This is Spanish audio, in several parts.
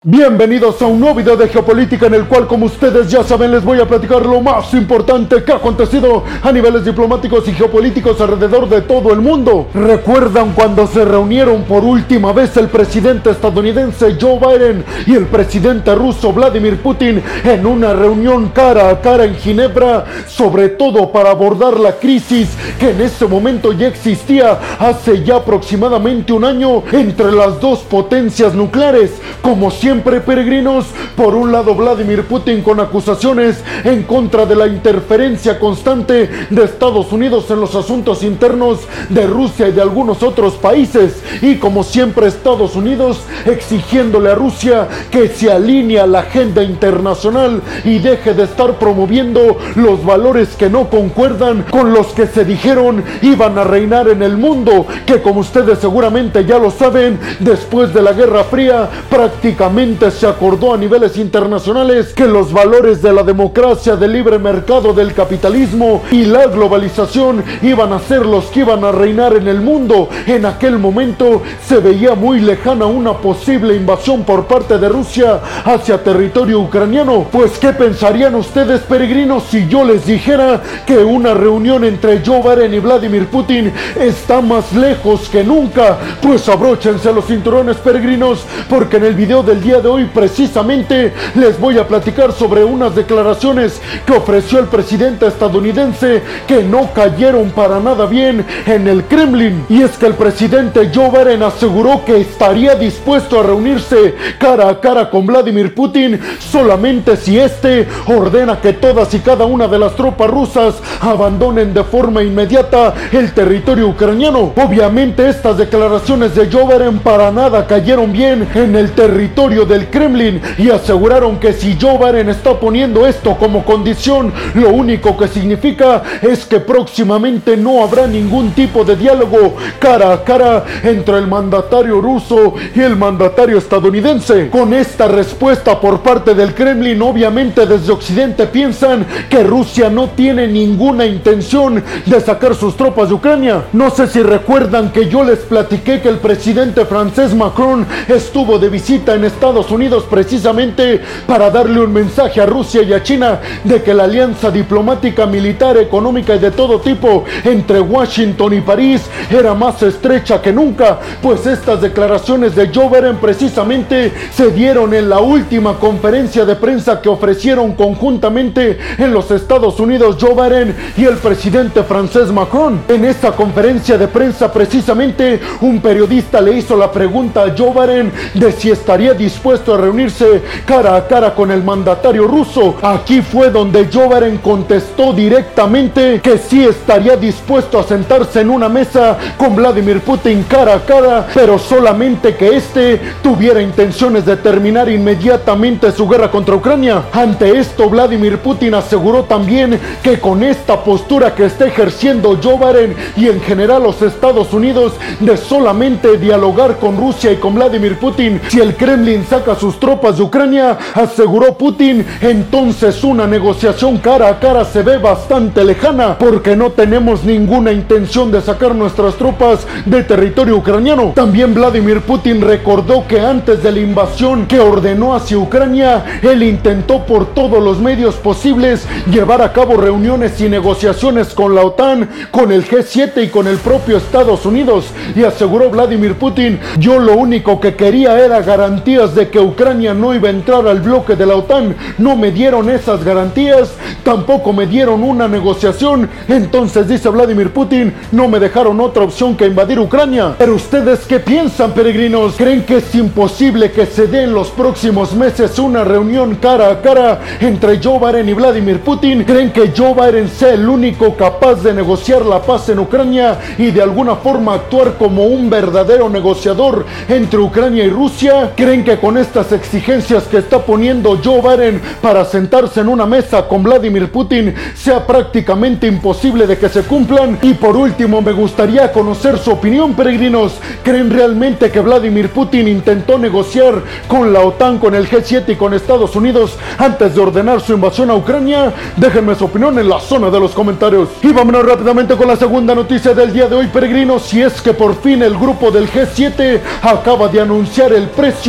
Bienvenidos a un nuevo video de geopolítica en el cual, como ustedes ya saben, les voy a platicar lo más importante que ha acontecido a niveles diplomáticos y geopolíticos alrededor de todo el mundo. ¿Recuerdan cuando se reunieron por última vez el presidente estadounidense Joe Biden y el presidente ruso Vladimir Putin en una reunión cara a cara en Ginebra, sobre todo para abordar la crisis que en ese momento ya existía hace ya aproximadamente un año entre las dos potencias nucleares? Como siempre, peregrinos, por un lado Vladimir Putin con acusaciones en contra de la interferencia constante de Estados Unidos en los asuntos internos de Rusia y de algunos otros países, y como siempre Estados Unidos exigiéndole a Rusia que se alinee a la agenda internacional y deje de estar promoviendo los valores que no concuerdan con los que se dijeron iban a reinar en el mundo, que como ustedes seguramente ya lo saben, después de la Guerra Fría prácticamente se acordó a niveles internacionales que los valores de la democracia, del libre mercado, del capitalismo y la globalización iban a ser los que iban a reinar en el mundo. En aquel momento se veía muy lejana una posible invasión por parte de Rusia hacia territorio ucraniano. Pues ¿qué pensarían ustedes, peregrinos, si yo les dijera que una reunión entre Joe Biden y Vladimir Putin está más lejos que nunca? Pues abróchense los cinturones, peregrinos, porque en el video del día de hoy precisamente les voy a platicar sobre unas declaraciones que ofreció el presidente estadounidense que no cayeron para nada bien en el Kremlin. Y es que el presidente Joe Biden aseguró que estaría dispuesto a reunirse cara a cara con Vladimir Putin solamente si este ordena que todas y cada una de las tropas rusas abandonen de forma inmediata el territorio ucraniano. Obviamente estas declaraciones de Joe Biden para nada cayeron bien en el territorio del Kremlin, y aseguraron que si Joe Biden está poniendo esto como condición, lo único que significa es que próximamente no habrá ningún tipo de diálogo cara a cara entre el mandatario ruso y el mandatario estadounidense. Con esta respuesta por parte del Kremlin, obviamente desde Occidente piensan que Rusia no tiene ninguna intención de sacar sus tropas de Ucrania. No sé si recuerdan que yo les platiqué que el presidente francés Macron estuvo de visita en Estados Unidos precisamente para darle un mensaje a Rusia y a China de que la alianza diplomática, militar, económica y de todo tipo entre Washington y París era más estrecha que nunca. Pues estas declaraciones de Joe Biden precisamente se dieron en la última conferencia de prensa que ofrecieron conjuntamente en los Estados Unidos Joe Biden y el presidente francés Macron. En esta conferencia de prensa precisamente un periodista le hizo la pregunta a Joe Biden de si estaría dispuesto a reunirse cara a cara con el mandatario ruso. Aquí fue donde Joe Biden contestó directamente que sí estaría dispuesto a sentarse en una mesa con Vladimir Putin cara a cara, pero solamente que este tuviera intenciones de terminar inmediatamente su guerra contra Ucrania. Ante esto, Vladimir Putin aseguró también que con esta postura que está ejerciendo Joe Biden y en general los Estados Unidos de solamente dialogar con Rusia y con Vladimir Putin, si el Kremlin saca sus tropas de Ucrania, aseguró Putin, entonces una negociación cara a cara se ve bastante lejana, porque no tenemos ninguna intención de sacar nuestras tropas de territorio ucraniano. También Vladimir Putin recordó que antes de la invasión que ordenó hacia Ucrania, él intentó por todos los medios posibles llevar a cabo reuniones y negociaciones con la OTAN, con el G7 y con el propio Estados Unidos, y aseguró Vladimir Putin: yo lo único que quería era garantías de que Ucrania no iba a entrar al bloque de la OTAN. No me dieron esas garantías, tampoco me dieron una negociación. Entonces, dice Vladimir Putin, no me dejaron otra opción que invadir Ucrania. Pero ustedes, ¿qué piensan, peregrinos? ¿Creen que es imposible que se dé en los próximos meses una reunión cara a cara entre Joe Biden y Vladimir Putin? ¿Creen que Joe Biden sea el único capaz de negociar la paz en Ucrania y de alguna forma actuar como un verdadero negociador entre Ucrania y Rusia? ¿Creen que con estas exigencias que está poniendo Joe Biden para sentarse en una mesa con Vladimir Putin sea prácticamente imposible de que se cumplan? Y por último, me gustaría conocer su opinión, peregrinos. ¿Creen realmente que Vladimir Putin intentó negociar con la OTAN, con el G7 y con Estados Unidos antes de ordenar su invasión a Ucrania? Déjenme su opinión en la zona de los comentarios. Y vámonos rápidamente con la segunda noticia del día de hoy, peregrinos, y es que por fin el grupo del G7 acaba de anunciar el precio que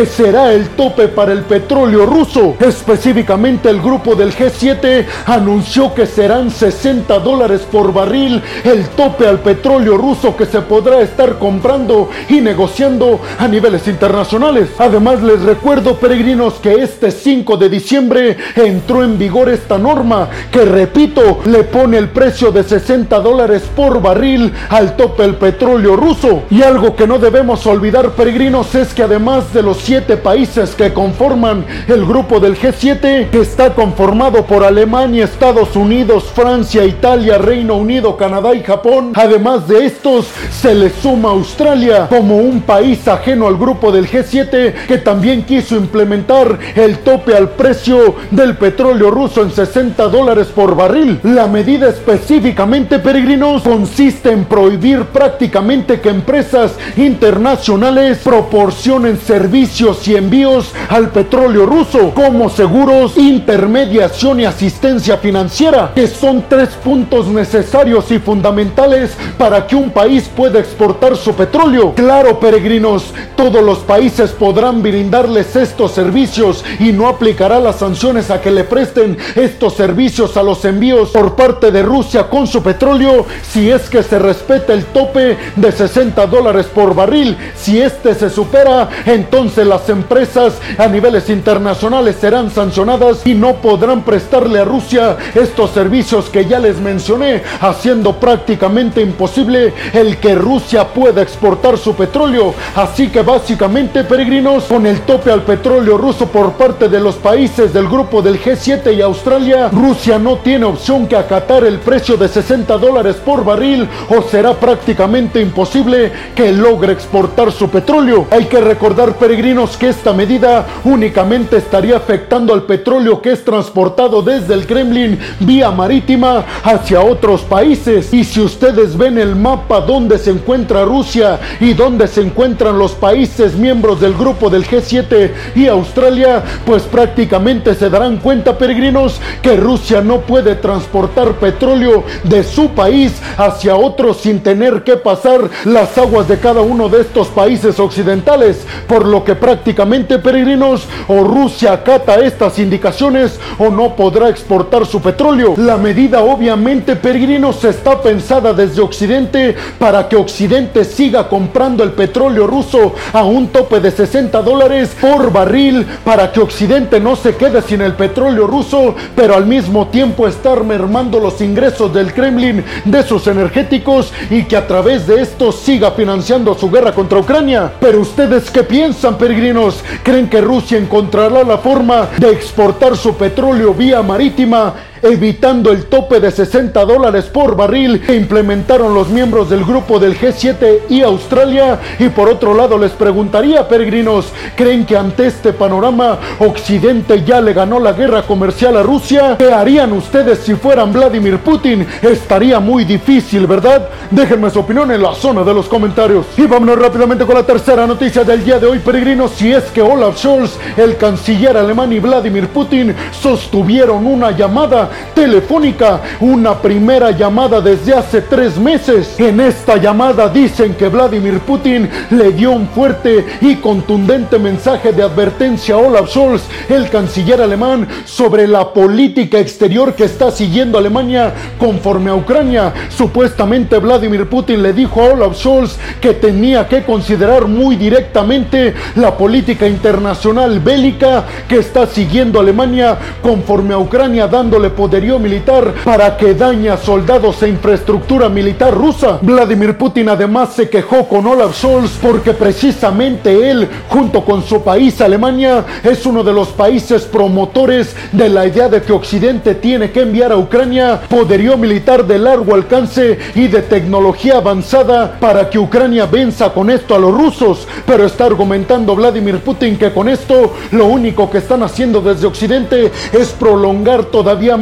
será el tope para el petróleo ruso. Específicamente el grupo del G7 anunció que serán $60 por barril el tope al petróleo ruso que se podrá estar comprando y negociando a niveles internacionales. Además, les recuerdo, peregrinos, que este 5 de diciembre entró en vigor esta norma que, repito, le pone el precio de $60 por barril al tope del petróleo ruso. Y algo que no debemos olvidar, peregrinos, es que además de los 7 países que conforman el grupo del G7, que está conformado por Alemania, Estados Unidos, Francia, Italia, Reino Unido, Canadá y Japón, además de estos se le suma Australia como un país ajeno al grupo del G7 que también quiso implementar el tope al precio del petróleo ruso en $60 por barril. La medida específicamente, peregrinos, consiste en prohibir prácticamente que empresas internacionales proporcionen servicios y envíos al petróleo ruso, como seguros, intermediación y asistencia financiera, que son 3 puntos necesarios y fundamentales para que un país pueda exportar su petróleo. Claro, peregrinos, todos los países podrán brindarles estos servicios y no aplicará las sanciones a que le presten estos servicios a los envíos por parte de Rusia con su petróleo si es que se respeta el tope de $60 por barril. Si este se supera, entonces las empresas a niveles internacionales serán sancionadas y no podrán prestarle a Rusia estos servicios que ya les mencioné, haciendo prácticamente imposible el que Rusia pueda exportar su petróleo. Así que básicamente, peregrinos, con el tope al petróleo ruso por parte de los países del grupo del G7 y Australia, Rusia no tiene opción que acatar el precio de $60 por barril o será prácticamente imposible que logre exportar su petróleo. Hay que recordar, peregrinos, que esta medida únicamente estaría afectando al petróleo que es transportado desde el Kremlin vía marítima hacia otros países. Y si ustedes ven el mapa donde se encuentra Rusia y donde se encuentran los países miembros del grupo del G7 y Australia, pues prácticamente se darán cuenta, peregrinos, que Rusia no puede transportar petróleo de su país hacia otros sin tener que pasar las aguas de cada uno de estos países occidentales, por lo que prácticamente, peregrinos, o Rusia acata estas indicaciones o no podrá exportar su petróleo. La medida, obviamente, peregrinos, está pensada desde Occidente para que Occidente siga comprando el petróleo ruso a un tope de $60 por barril, para que Occidente no se quede sin el petróleo ruso, pero al mismo tiempo estar mermando los ingresos del Kremlin de sus energéticos y que a través de esto siga financiando su guerra contra Ucrania. Pero ustedes, ¿qué piensan, peregrinos? ¿Creen que Rusia encontrará la forma de exportar su petróleo vía marítima, evitando el tope de $60 por barril que implementaron los miembros del grupo del G7 y Australia? Y por otro lado, les preguntaría, peregrinos, ¿creen que ante este panorama Occidente ya le ganó la guerra comercial a Rusia? ¿Qué harían ustedes si fueran Vladimir Putin? Estaría muy difícil, ¿verdad? Déjenme su opinión en la zona de los comentarios. Y vámonos rápidamente con la tercera noticia del día de hoy, peregrinos. Si es que Olaf Scholz, el canciller alemán, y Vladimir Putin sostuvieron una llamada telefónica, una primera llamada desde hace 3 meses. En esta llamada dicen que Vladimir Putin le dio un fuerte y contundente mensaje de advertencia a Olaf Scholz, el canciller alemán, sobre la política exterior que está siguiendo Alemania conforme a Ucrania. Supuestamente Vladimir Putin le dijo a Olaf Scholz que tenía que considerar muy directamente la política internacional bélica que está siguiendo Alemania conforme a Ucrania, dándole poderío militar para que dañe a soldados e infraestructura militar rusa. Vladimir Putin además se quejó con Olaf Scholz porque precisamente él, junto con su país Alemania, es uno de los países promotores de la idea de que Occidente tiene que enviar a Ucrania poderío militar de largo alcance y de tecnología avanzada para que Ucrania venza con esto a los rusos. Pero está argumentando Vladimir Putin que con esto lo único que están haciendo desde Occidente es prolongar todavía más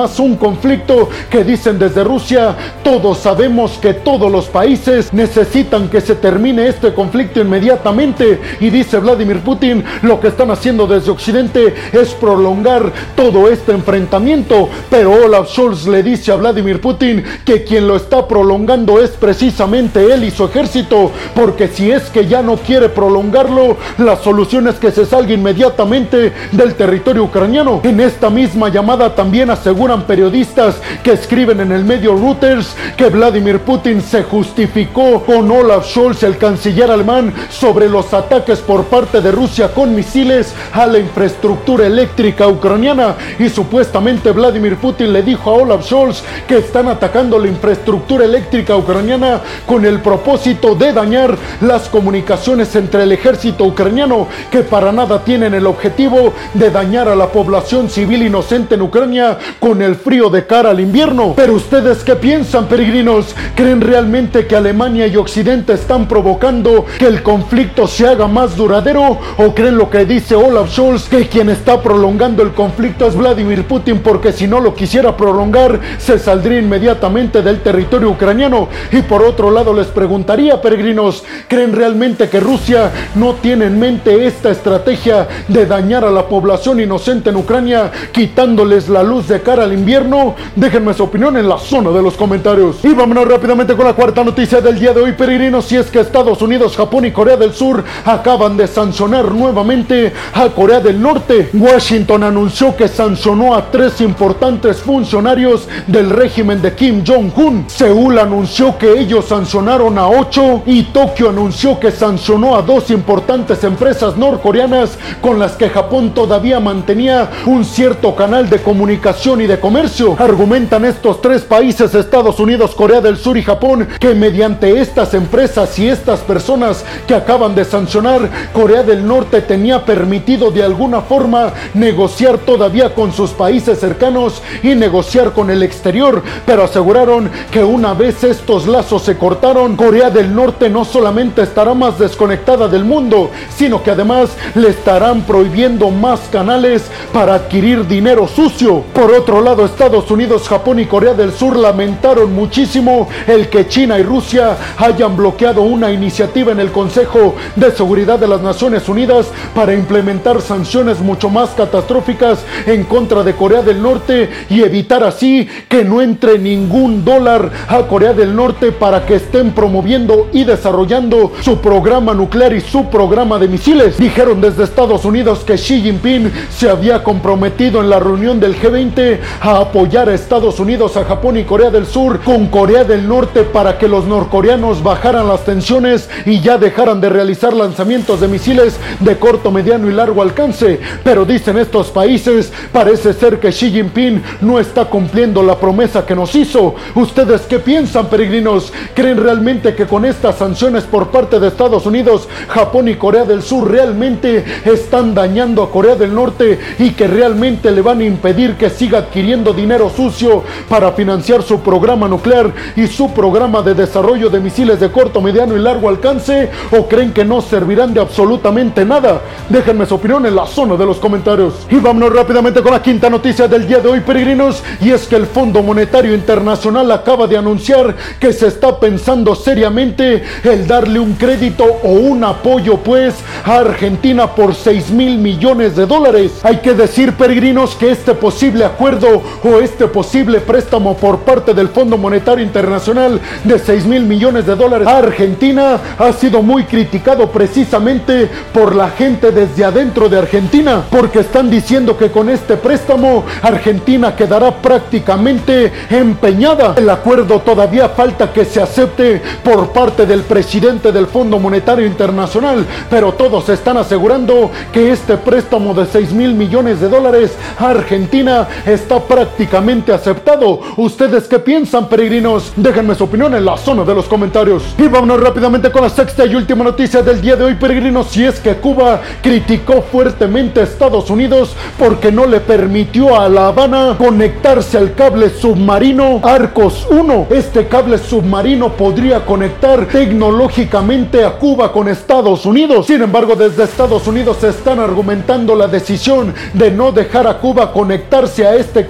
más un conflicto que dicen desde Rusia: todos sabemos que todos los países necesitan que se termine este conflicto inmediatamente. Y dice Vladimir Putin: lo que están haciendo desde Occidente es prolongar todo este enfrentamiento. Pero Olaf Scholz le dice a Vladimir Putin que quien lo está prolongando es precisamente él y su ejército, porque si es que ya no quiere prolongarlo, la solución es que se salga inmediatamente del territorio ucraniano. En esta misma llamada también aseguran periodistas que escriben en el medio Reuters que Vladimir Putin se justificó con Olaf Scholz, el canciller alemán, sobre los ataques por parte de Rusia con misiles a la infraestructura eléctrica ucraniana. Y supuestamente Vladimir Putin le dijo a Olaf Scholz que están atacando la infraestructura eléctrica ucraniana con el propósito de dañar las comunicaciones entre el ejército ucraniano, que para nada tienen el objetivo de dañar a la población civil inocente en Ucrania con el frío de cara al invierno. Pero ustedes, ¿qué piensan, peregrinos? ¿Creen realmente que Alemania y Occidente están provocando que el conflicto se haga más duradero? ¿O creen lo que dice Olaf Scholz, que quien está prolongando el conflicto es Vladimir Putin, porque si no lo quisiera prolongar se saldría inmediatamente del territorio ucraniano? Y por otro lado les preguntaría, peregrinos, ¿creen realmente que Rusia no tiene en mente esta estrategia de dañar a la población inocente en Ucrania, quitándoles la luz de cara al invierno? Déjenme su opinión en la zona de los comentarios. Y vámonos rápidamente con la cuarta noticia del día de hoy, peregrinos, y es que Estados Unidos, Japón y Corea del Sur acaban de sancionar nuevamente a Corea del Norte. Washington anunció que sancionó a 3 importantes funcionarios del régimen de Kim Jong-un. Seúl anunció que ellos sancionaron a 8 y Tokio anunció que sancionó a 2 importantes empresas norcoreanas con las que Japón todavía mantenía un cierto canal de comunicación y de comercio. Argumentan estos 3 países, Estados Unidos, Corea del Sur y Japón, que mediante estas empresas y estas personas que acaban de sancionar, Corea del Norte tenía permitido de alguna forma negociar todavía con sus países cercanos y negociar con el exterior, pero aseguraron que una vez estos lazos se cortaron, Corea del Norte no solamente estará más desconectada del mundo, sino que además le estarán prohibiendo más canales para adquirir dinero sucio. Por otro lado, Estados Unidos, Japón y Corea del Sur lamentaron muchísimo el que China y Rusia hayan bloqueado una iniciativa en el Consejo de Seguridad de las Naciones Unidas para implementar sanciones mucho más catastróficas en contra de Corea del Norte y evitar así que no entre ningún dólar a Corea del Norte para que estén promoviendo y desarrollando su programa nuclear y su programa de misiles. Dijeron desde Estados Unidos que Xi Jinping se había comprometido en la reunión del G20 a apoyar a Estados Unidos, a Japón y Corea del Sur con Corea del Norte para que los norcoreanos bajaran las tensiones y ya dejaran de realizar lanzamientos de misiles de corto, mediano y largo alcance. Pero dicen estos países, parece ser que Xi Jinping no está cumpliendo la promesa que nos hizo. ¿Ustedes qué piensan, peregrinos? ¿Creen realmente que con estas sanciones por parte de Estados Unidos, Japón y Corea del Sur realmente están dañando a Corea del Norte y que realmente le van a impedir que siga adquiriendo dinero sucio para financiar su programa nuclear y su programa de desarrollo de misiles de corto, mediano y largo alcance? ¿O creen que no servirán de absolutamente nada? Déjenme su opinión en la zona de los comentarios. Y vámonos rápidamente con la quinta noticia del día de hoy, peregrinos, y es que el Fondo Monetario Internacional acaba de anunciar que se está pensando seriamente el darle un crédito o un apoyo pues a Argentina por 6,000 millones de dólares. Hay que decir, peregrinos, que este posible acuerdo o este posible préstamo por parte del Fondo Monetario Internacional de 6,000 millones de dólares a Argentina ha sido muy criticado precisamente por la gente desde adentro de Argentina, porque están diciendo que con este préstamo Argentina quedará prácticamente empeñada. El acuerdo todavía falta que se acepte por parte del presidente del Fondo Monetario Internacional, pero todos están asegurando que este préstamo de 6,000 millones de dólares a Argentina está prácticamente aceptado. ¿Ustedes qué piensan, peregrinos? Déjenme su opinión en la zona de los comentarios. Y vámonos rápidamente con la sexta y última noticia del día de hoy, peregrinos, si es que Cuba criticó fuertemente a Estados Unidos porque no le permitió a La Habana conectarse al cable submarino Arcos 1. Este cable submarino podría conectar tecnológicamente a Cuba con Estados Unidos. Sin embargo, desde Estados Unidos se están argumentando la decisión de no dejar a Cuba conectarse a este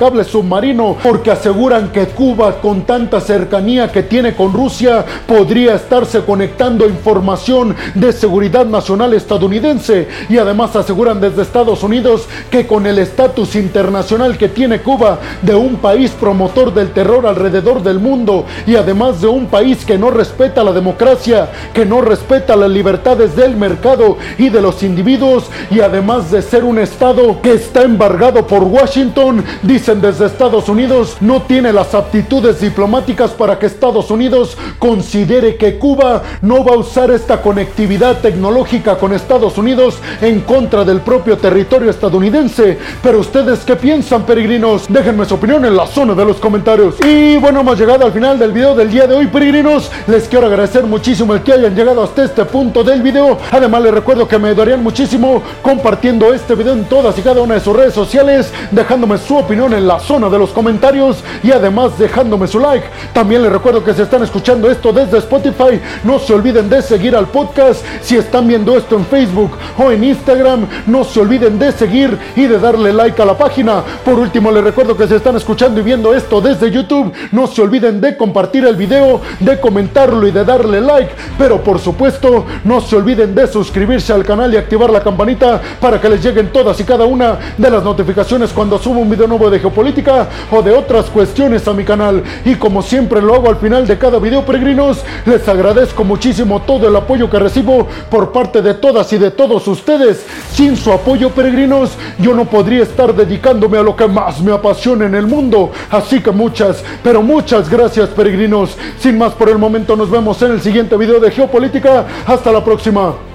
cable submarino, porque aseguran que Cuba, con tanta cercanía que tiene con Rusia, podría estarse conectando información de seguridad nacional estadounidense, y además aseguran desde Estados Unidos que con el estatus internacional que tiene Cuba de un país promotor del terror alrededor del mundo, y además de un país que no respeta la democracia, que no respeta las libertades del mercado y de los individuos, y además de ser un estado que está embargado por Washington, dicen desde Estados Unidos, no tiene las aptitudes diplomáticas para que Estados Unidos considere que Cuba no va a usar esta conectividad tecnológica con Estados Unidos en contra del propio territorio estadounidense. Pero ustedes, ¿qué piensan, peregrinos? Déjenme su opinión en la zona de los comentarios. Y bueno, hemos llegado al final del video del día de hoy, peregrinos. Les quiero agradecer muchísimo el que hayan llegado hasta este punto del video. Además, les recuerdo que me ayudarían muchísimo compartiendo este video en todas y cada una de sus redes sociales, dejándome su opinión en la zona de los comentarios y además dejándome su like. También les recuerdo que si están escuchando esto desde Spotify, no se olviden de seguir al podcast. Si están viendo esto en Facebook o en Instagram, no se olviden de seguir y de darle like a la página. Por último, les recuerdo que si están escuchando y viendo esto desde YouTube, no se olviden de compartir el video, de comentarlo y de darle like. Pero por supuesto, no se olviden de suscribirse al canal y activar la campanita para que les lleguen todas y cada una de las notificaciones cuando subo un video nuevo de geopolítica o de otras cuestiones a mi canal. Y como siempre lo hago al final de cada video, peregrinos, les agradezco muchísimo todo el apoyo que recibo por parte de todas y de todos ustedes. Sin su apoyo, peregrinos, yo no podría estar dedicándome a lo que más me apasiona en el mundo. Así que muchas, pero muchas gracias, peregrinos. Sin más por el momento, nos vemos en el siguiente video de geopolítica. Hasta la próxima.